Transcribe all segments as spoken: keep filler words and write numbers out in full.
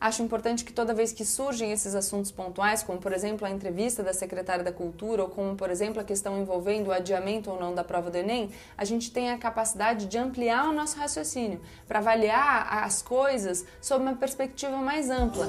Acho importante que toda vez que surgem esses assuntos pontuais, como por exemplo a entrevista da secretária da Cultura, ou como por exemplo a questão envolvendo o adiamento ou não da prova do Enem, a gente tenha a capacidade de ampliar o nosso raciocínio, para avaliar as coisas sob uma perspectiva mais ampla.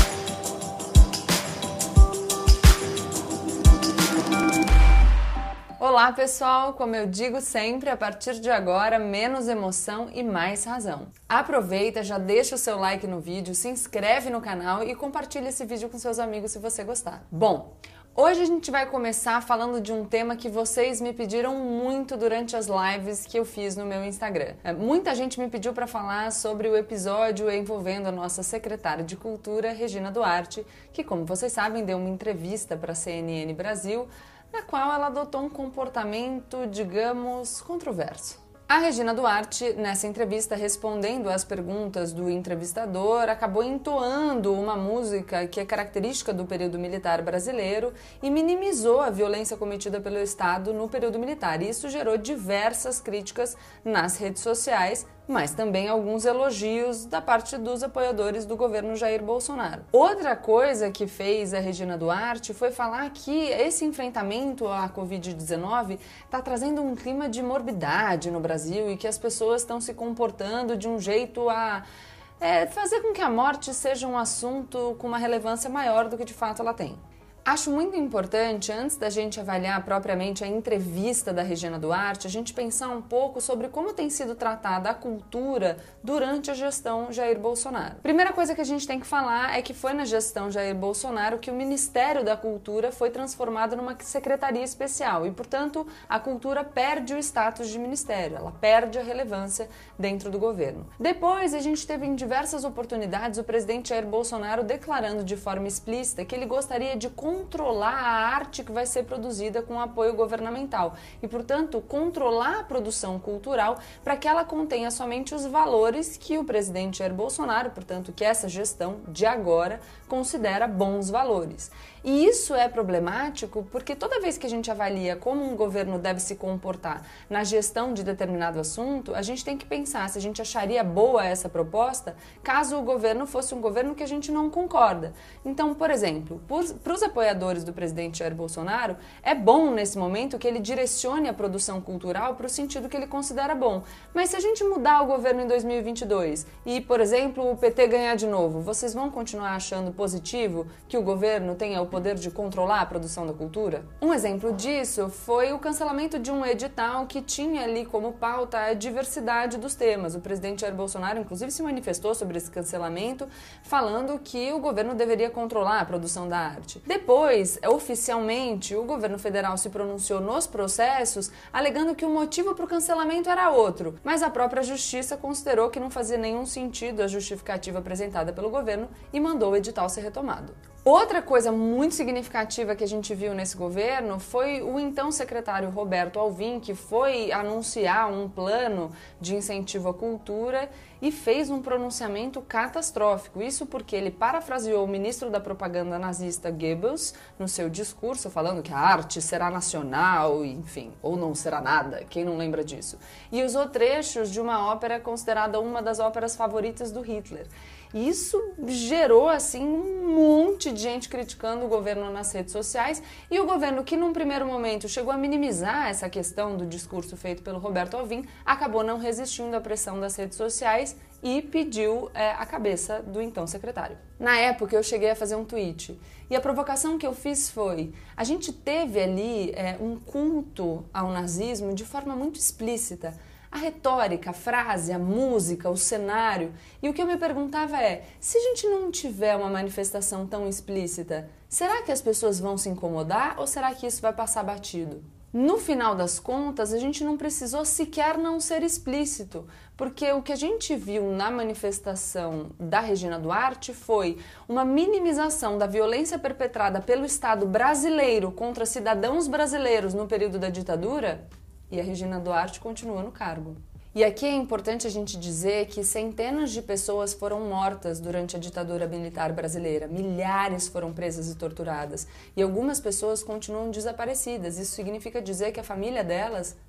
Olá pessoal, como eu digo sempre, a partir de agora, menos emoção e mais razão. Aproveita, já deixa o seu like no vídeo, se inscreve no canal e compartilha esse vídeo com seus amigos se você gostar. Bom, hoje a gente vai começar falando de um tema que vocês me pediram muito durante as lives que eu fiz no meu Instagram. Muita gente me pediu para falar sobre o episódio envolvendo a nossa secretária de Cultura, Regina Duarte, que, como vocês sabem, deu uma entrevista para a C N N Brasil, na qual ela adotou um comportamento, digamos, controverso. A Regina Duarte, nessa entrevista, respondendo às perguntas do entrevistador, acabou entoando uma música que é característica do período militar brasileiro e minimizou a violência cometida pelo Estado no período militar. E isso gerou diversas críticas nas redes sociais, mas também alguns elogios da parte dos apoiadores do governo Jair Bolsonaro. Outra coisa que fez a Regina Duarte foi falar que esse enfrentamento à covid dezenove está trazendo um clima de morbidade no Brasil e que as pessoas estão se comportando de um jeito a é, fazer com que a morte seja um assunto com uma relevância maior do que de fato ela tem. Acho muito importante, antes da gente avaliar propriamente a entrevista da Regina Duarte, a gente pensar um pouco sobre como tem sido tratada a cultura durante a gestão Jair Bolsonaro. Primeira coisa que a gente tem que falar é que foi na gestão Jair Bolsonaro que o Ministério da Cultura foi transformado numa secretaria especial e, portanto, a cultura perde o status de ministério, ela perde a relevância dentro do governo. Depois, a gente teve em diversas oportunidades o presidente Jair Bolsonaro declarando de forma explícita que ele gostaria de controlar a arte que vai ser produzida com apoio governamental e, portanto, controlar a produção cultural para que ela contenha somente os valores que o presidente Jair Bolsonaro, portanto, que essa gestão de agora considera bons valores. E isso é problemático porque toda vez que a gente avalia como um governo deve se comportar na gestão de determinado assunto, a gente tem que pensar se a gente acharia boa essa proposta caso o governo fosse um governo que a gente não concorda. Então, por exemplo, para os apoiadores do presidente Jair Bolsonaro, é bom nesse momento que ele direcione a produção cultural para o sentido que ele considera bom. Mas se a gente mudar o governo em dois mil e vinte e dois e, por exemplo, o P T ganhar de novo, vocês vão continuar achando positivo que o governo tenha o poder de controlar a produção da cultura? Um exemplo disso foi o cancelamento de um edital que tinha ali como pauta a diversidade dos temas. O presidente Jair Bolsonaro, inclusive, se manifestou sobre esse cancelamento, falando que o governo deveria controlar a produção da arte. Depois, oficialmente, o governo federal se pronunciou nos processos, alegando que o motivo para o cancelamento era outro, mas a própria justiça considerou que não fazia nenhum sentido a justificativa apresentada pelo governo e mandou o edital ser retomado. Outra coisa muito significativa que a gente viu nesse governo foi o então secretário Roberto Alvim, que foi anunciar um plano de incentivo à cultura e fez um pronunciamento catastrófico. Isso porque ele parafraseou o ministro da propaganda nazista Goebbels no seu discurso, falando que a arte será nacional, enfim, ou não será nada, quem não lembra disso? E usou trechos de uma ópera considerada uma das óperas favoritas do Hitler. E isso gerou, assim, um monte de gente criticando o governo nas redes sociais e o governo, que num primeiro momento chegou a minimizar essa questão do discurso feito pelo Roberto Alvim, acabou não resistindo à pressão das redes sociais e pediu é, a cabeça do então secretário. Na época eu cheguei a fazer um tweet e a provocação que eu fiz foi: a gente teve ali é, um culto ao nazismo de forma muito explícita. A retórica, a frase, a música, o cenário. E o que eu me perguntava é, se a gente não tiver uma manifestação tão explícita, será que as pessoas vão se incomodar ou será que isso vai passar batido? No final das contas, a gente não precisou sequer não ser explícito, porque o que a gente viu na manifestação da Regina Duarte foi uma minimização da violência perpetrada pelo Estado brasileiro contra cidadãos brasileiros no período da ditadura, e a Regina Duarte continua no cargo. E aqui é importante a gente dizer que centenas de pessoas foram mortas durante a ditadura militar brasileira, milhares foram presas e torturadas, e algumas pessoas continuam desaparecidas. Isso significa dizer que a família delas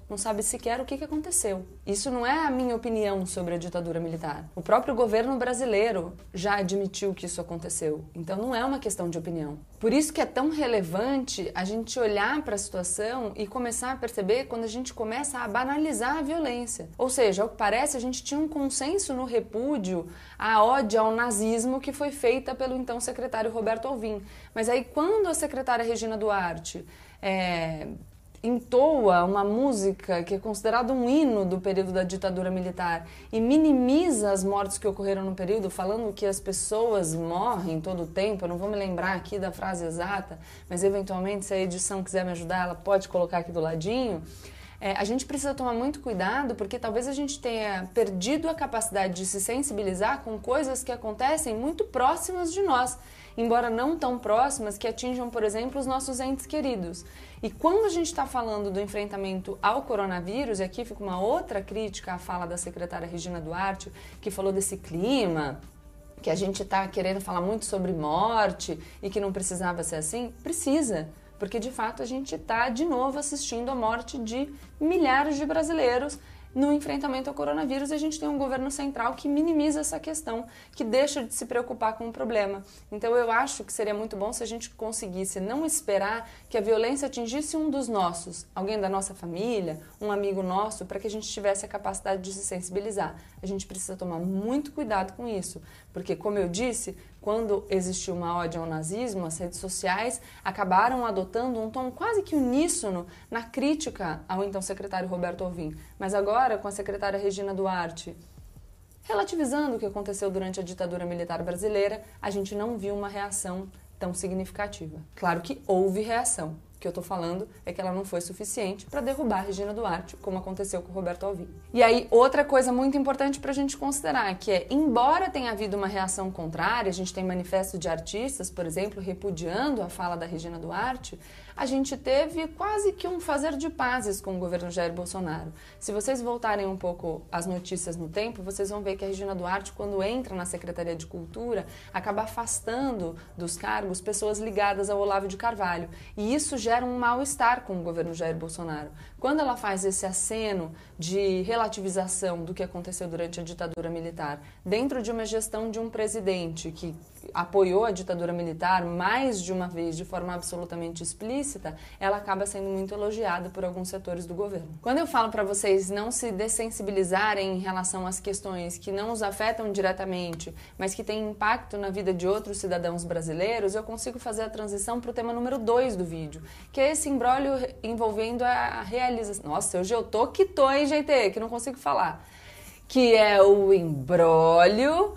não sabe sequer o que aconteceu. Isso não é a minha opinião sobre a ditadura militar. O próprio governo brasileiro já admitiu que isso aconteceu. Então não é uma questão de opinião. Por isso que é tão relevante a gente olhar para a situação e começar a perceber quando a gente começa a banalizar a violência. Ou seja, ao que parece, a gente tinha um consenso no repúdio à ode ao nazismo que foi feita pelo então secretário Roberto Alvim. Mas aí quando a secretária Regina Duarte é, entoa uma música que é considerada um hino do período da ditadura militar e minimiza as mortes que ocorreram no período, falando que as pessoas morrem todo o tempo, eu não vou me lembrar aqui da frase exata, mas eventualmente se a edição quiser me ajudar, ela pode colocar aqui do ladinho. É, a gente precisa tomar muito cuidado porque talvez a gente tenha perdido a capacidade de se sensibilizar com coisas que acontecem muito próximas de nós, embora não tão próximas que atinjam, por exemplo, os nossos entes queridos. E quando a gente está falando do enfrentamento ao coronavírus, e aqui fica uma outra crítica à fala da secretária Regina Duarte, que falou desse clima, que a gente está querendo falar muito sobre morte e que não precisava ser assim, precisa. Porque, de fato, a gente está, de novo, assistindo a morte de milhares de brasileiros no enfrentamento ao coronavírus e a gente tem um governo central que minimiza essa questão, que deixa de se preocupar com o problema. Então, eu acho que seria muito bom se a gente conseguisse não esperar que a violência atingisse um dos nossos, alguém da nossa família, um amigo nosso, para que a gente tivesse a capacidade de se sensibilizar. A gente precisa tomar muito cuidado com isso, porque, como eu disse, quando existiu uma ode ao nazismo, as redes sociais acabaram adotando um tom quase que uníssono na crítica ao então secretário Roberto Alvim. Mas agora, com a secretária Regina Duarte relativizando o que aconteceu durante a ditadura militar brasileira, a gente não viu uma reação tão significativa. Claro que houve reação. O que eu tô falando é que ela não foi suficiente para derrubar a Regina Duarte, como aconteceu com o Roberto Alvim. E aí, outra coisa muito importante para a gente considerar, que é, embora tenha havido uma reação contrária, a gente tem manifesto de artistas, por exemplo, repudiando a fala da Regina Duarte, a gente teve quase que um fazer de pazes com o governo Jair Bolsonaro. Se vocês voltarem um pouco às notícias no tempo, vocês vão ver que a Regina Duarte, quando entra na Secretaria de Cultura, acaba afastando dos cargos pessoas ligadas ao Olavo de Carvalho. E isso gera um mal-estar com o governo Jair Bolsonaro. Quando ela faz esse aceno de relativização do que aconteceu durante a ditadura militar, dentro de uma gestão de um presidente que apoiou a ditadura militar mais de uma vez de forma absolutamente explícita, ela acaba sendo muito elogiada por alguns setores do governo. Quando eu falo para vocês não se dessensibilizarem em relação às questões que não os afetam diretamente, mas que têm impacto na vida de outros cidadãos brasileiros, eu consigo fazer a transição para o tema número dois do vídeo, que é esse imbróglio envolvendo a realização. Nossa, hoje eu tô que tô, hein, G T, que não consigo falar. Que é o imbróglio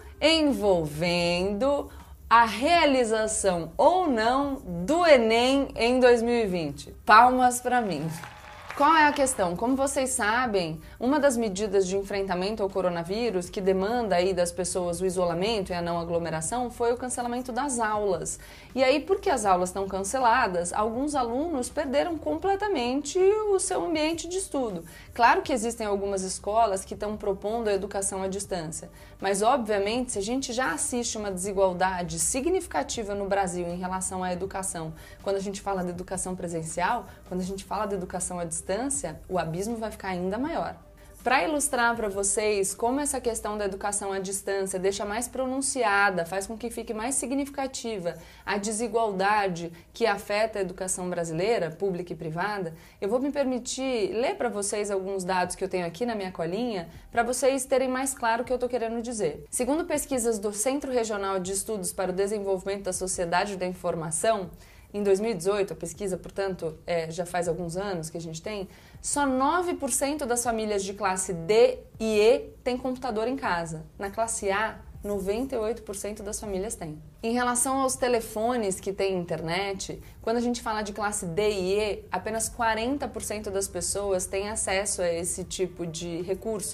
envolvendo a realização ou não do Enem em dois mil e vinte. Palmas para mim. Qual é a questão? Como vocês sabem, uma das medidas de enfrentamento ao coronavírus que demanda aí das pessoas o isolamento e a não aglomeração foi o cancelamento das aulas. E aí, porque as aulas estão canceladas, alguns alunos perderam completamente o seu ambiente de estudo. Claro que existem algumas escolas que estão propondo a educação à distância, mas obviamente se a gente já assiste uma desigualdade significativa no Brasil em relação à educação, quando a gente fala de educação presencial, quando a gente fala de educação à distância, o abismo vai ficar ainda maior. Para ilustrar para vocês como essa questão da educação à distância deixa mais pronunciada, faz com que fique mais significativa a desigualdade que afeta a educação brasileira, pública e privada, eu vou me permitir ler para vocês alguns dados que eu tenho aqui na minha colinha, para vocês terem mais claro o que eu estou querendo dizer. Segundo pesquisas do Centro Regional de Estudos para o Desenvolvimento da Sociedade da Informação, em dois mil e dezoito, a pesquisa, portanto, é, já faz alguns anos que a gente tem, só nove por cento das famílias de classe D e E têm computador em casa. Na classe A, noventa e oito por cento das famílias têm. Em relação aos telefones que têm internet, quando a gente fala de classe D e E, apenas quarenta por cento das pessoas têm acesso a esse tipo de recurso.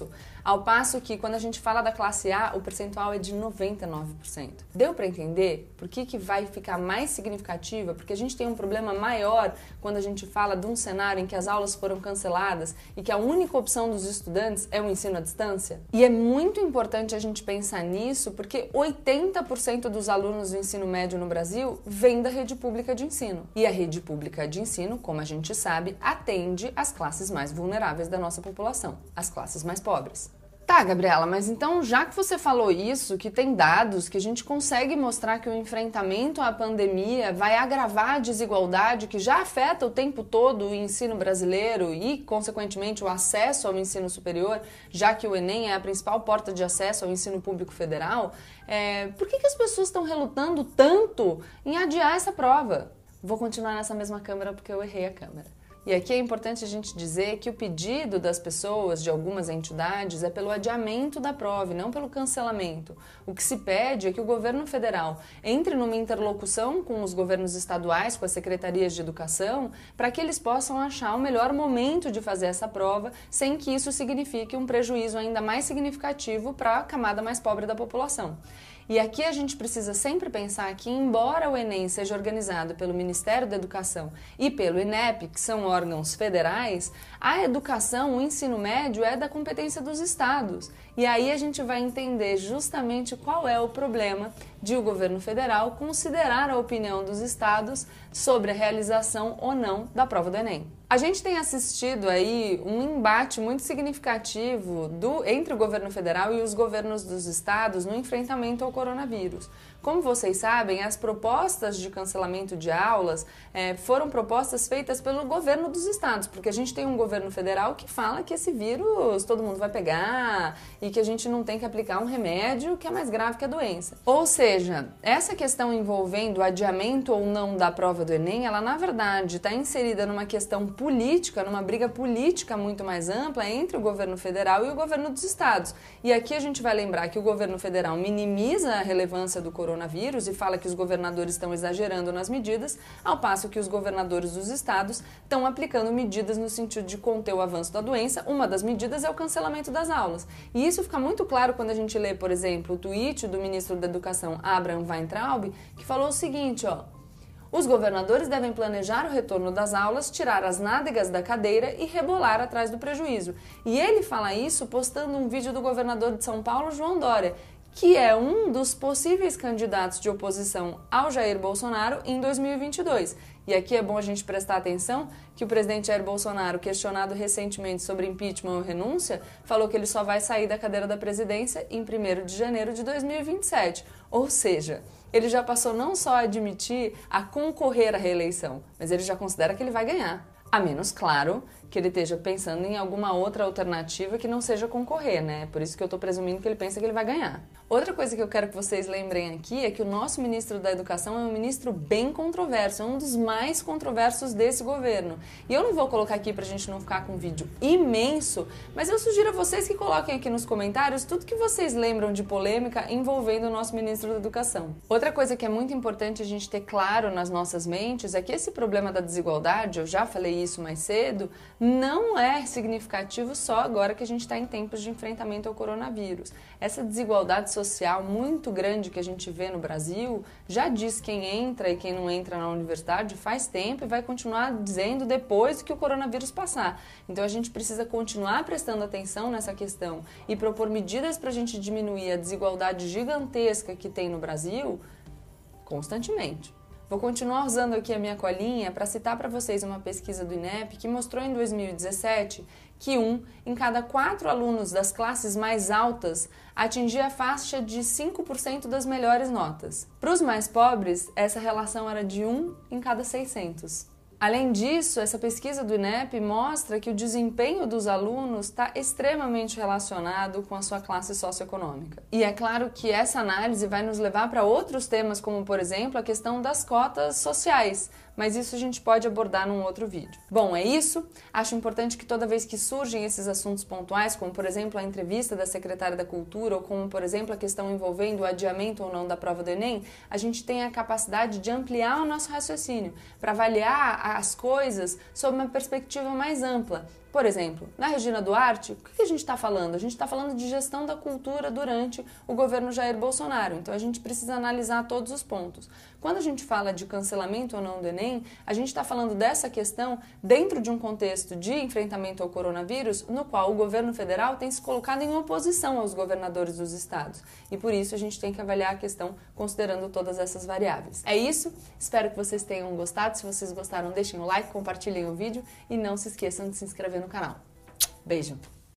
ao passo que quando a gente fala da classe A, o percentual é de noventa e nove por cento. Deu para entender por que que vai ficar mais significativa? Porque a gente tem um problema maior quando a gente fala de um cenário em que as aulas foram canceladas e que a única opção dos estudantes é o ensino à distância. E é muito importante a gente pensar nisso porque oitenta por cento dos alunos do ensino médio no Brasil vêm da rede pública de ensino. E a rede pública de ensino, como a gente sabe, atende as classes mais vulneráveis da nossa população, as classes mais pobres. Tá, Gabriela, mas então já que você falou isso, que tem dados, que a gente consegue mostrar que o enfrentamento à pandemia vai agravar a desigualdade que já afeta o tempo todo o ensino brasileiro e, consequentemente, o acesso ao ensino superior, já que o Enem é a principal porta de acesso ao ensino público federal, é, por que que as pessoas estão relutando tanto em adiar essa prova? Vou continuar nessa mesma câmera porque eu errei a câmera. E aqui é importante a gente dizer que o pedido das pessoas, de algumas entidades, é pelo adiamento da prova e não pelo cancelamento. O que se pede é que o governo federal entre numa interlocução com os governos estaduais, com as secretarias de educação, para que eles possam achar o melhor momento de fazer essa prova, sem que isso signifique um prejuízo ainda mais significativo para a camada mais pobre da população. E aqui a gente precisa sempre pensar que, embora o Enem seja organizado pelo Ministério da Educação e pelo INEP, que são órgãos federais, a educação, o ensino médio é da competência dos estados. E aí a gente vai entender justamente qual é o problema de o governo federal considerar a opinião dos estados sobre a realização ou não da prova do Enem. A gente tem assistido aí um embate muito significativo do, entre o governo federal e os governos dos estados no enfrentamento ao coronavírus. Como vocês sabem, as propostas de cancelamento de aulas é, foram propostas feitas pelo governo dos estados, porque a gente tem um governo federal que fala que esse vírus todo mundo vai pegar e que a gente não tem que aplicar um remédio que é mais grave que a doença. Ou seja, essa questão envolvendo o adiamento ou não da prova do Enem, ela na verdade está inserida numa questão política, numa briga política muito mais ampla entre o governo federal e o governo dos estados. E aqui a gente vai lembrar que o governo federal minimiza a relevância do coronavírus coronavírus e fala que os governadores estão exagerando nas medidas, ao passo que os governadores dos estados estão aplicando medidas no sentido de conter o avanço da doença. Uma das medidas é o cancelamento das aulas. E isso fica muito claro quando a gente lê, por exemplo, o tweet do ministro da Educação, Abraham Weintraub, que falou o seguinte, ó: os governadores devem planejar o retorno das aulas, tirar as nádegas da cadeira e rebolar atrás do prejuízo. E ele fala isso postando um vídeo do governador de São Paulo, João Dória, que é um dos possíveis candidatos de oposição ao Jair Bolsonaro em dois mil e vinte e dois. E aqui é bom a gente prestar atenção que o presidente Jair Bolsonaro, questionado recentemente sobre impeachment ou renúncia, falou que ele só vai sair da cadeira da presidência em primeiro de janeiro de dois mil e vinte e sete. Ou seja, ele já passou não só a admitir a concorrer à reeleição, mas ele já considera que ele vai ganhar. A menos, claro, que ele esteja pensando em alguma outra alternativa que não seja concorrer, né? Por isso que eu tô presumindo que ele pensa que ele vai ganhar. Outra coisa que eu quero que vocês lembrem aqui é que o nosso ministro da Educação é um ministro bem controverso, é um dos mais controversos desse governo. E eu não vou colocar aqui pra gente não ficar com um vídeo imenso, mas eu sugiro a vocês que coloquem aqui nos comentários tudo que vocês lembram de polêmica envolvendo o nosso ministro da Educação. Outra coisa que é muito importante a gente ter claro nas nossas mentes é que esse problema da desigualdade, eu já falei isso mais cedo, não é significativo só agora que a gente está em tempos de enfrentamento ao coronavírus. Essa desigualdade social muito grande que a gente vê no Brasil já diz quem entra e quem não entra na universidade faz tempo e vai continuar dizendo depois que o coronavírus passar. Então a gente precisa continuar prestando atenção nessa questão e propor medidas para a gente diminuir a desigualdade gigantesca que tem no Brasil constantemente. Vou continuar usando aqui a minha colinha para citar para vocês uma pesquisa do INEP que mostrou em dois mil e dezessete que um em cada quatro alunos das classes mais altas atingia a faixa de cinco por cento das melhores notas. Para os mais pobres, essa relação era de um em cada seiscentos. Além disso, essa pesquisa do INEP mostra que o desempenho dos alunos está extremamente relacionado com a sua classe socioeconômica. E é claro que essa análise vai nos levar para outros temas, como, por exemplo, a questão das cotas sociais, mas isso a gente pode abordar num outro vídeo. Bom, é isso. Acho importante que toda vez que surgem esses assuntos pontuais, como, por exemplo, a entrevista da secretária da Cultura, ou como, por exemplo, a questão envolvendo o adiamento ou não da prova do Enem, a gente tenha a capacidade de ampliar o nosso raciocínio, para avaliar as coisas sob uma perspectiva mais ampla, Por exemplo, na Regina Duarte, o que a gente está falando? A gente está falando de gestão da cultura durante o governo Jair Bolsonaro, então a gente precisa analisar todos os pontos. Quando a gente fala de cancelamento ou não do Enem, a gente está falando dessa questão dentro de um contexto de enfrentamento ao coronavírus, no qual o governo federal tem se colocado em oposição aos governadores dos estados. E por isso a gente tem que avaliar a questão considerando todas essas variáveis. É isso, espero que vocês tenham gostado. Se vocês gostaram, deixem o like, compartilhem o vídeo e não se esqueçam de se inscrever no canal. Beijo!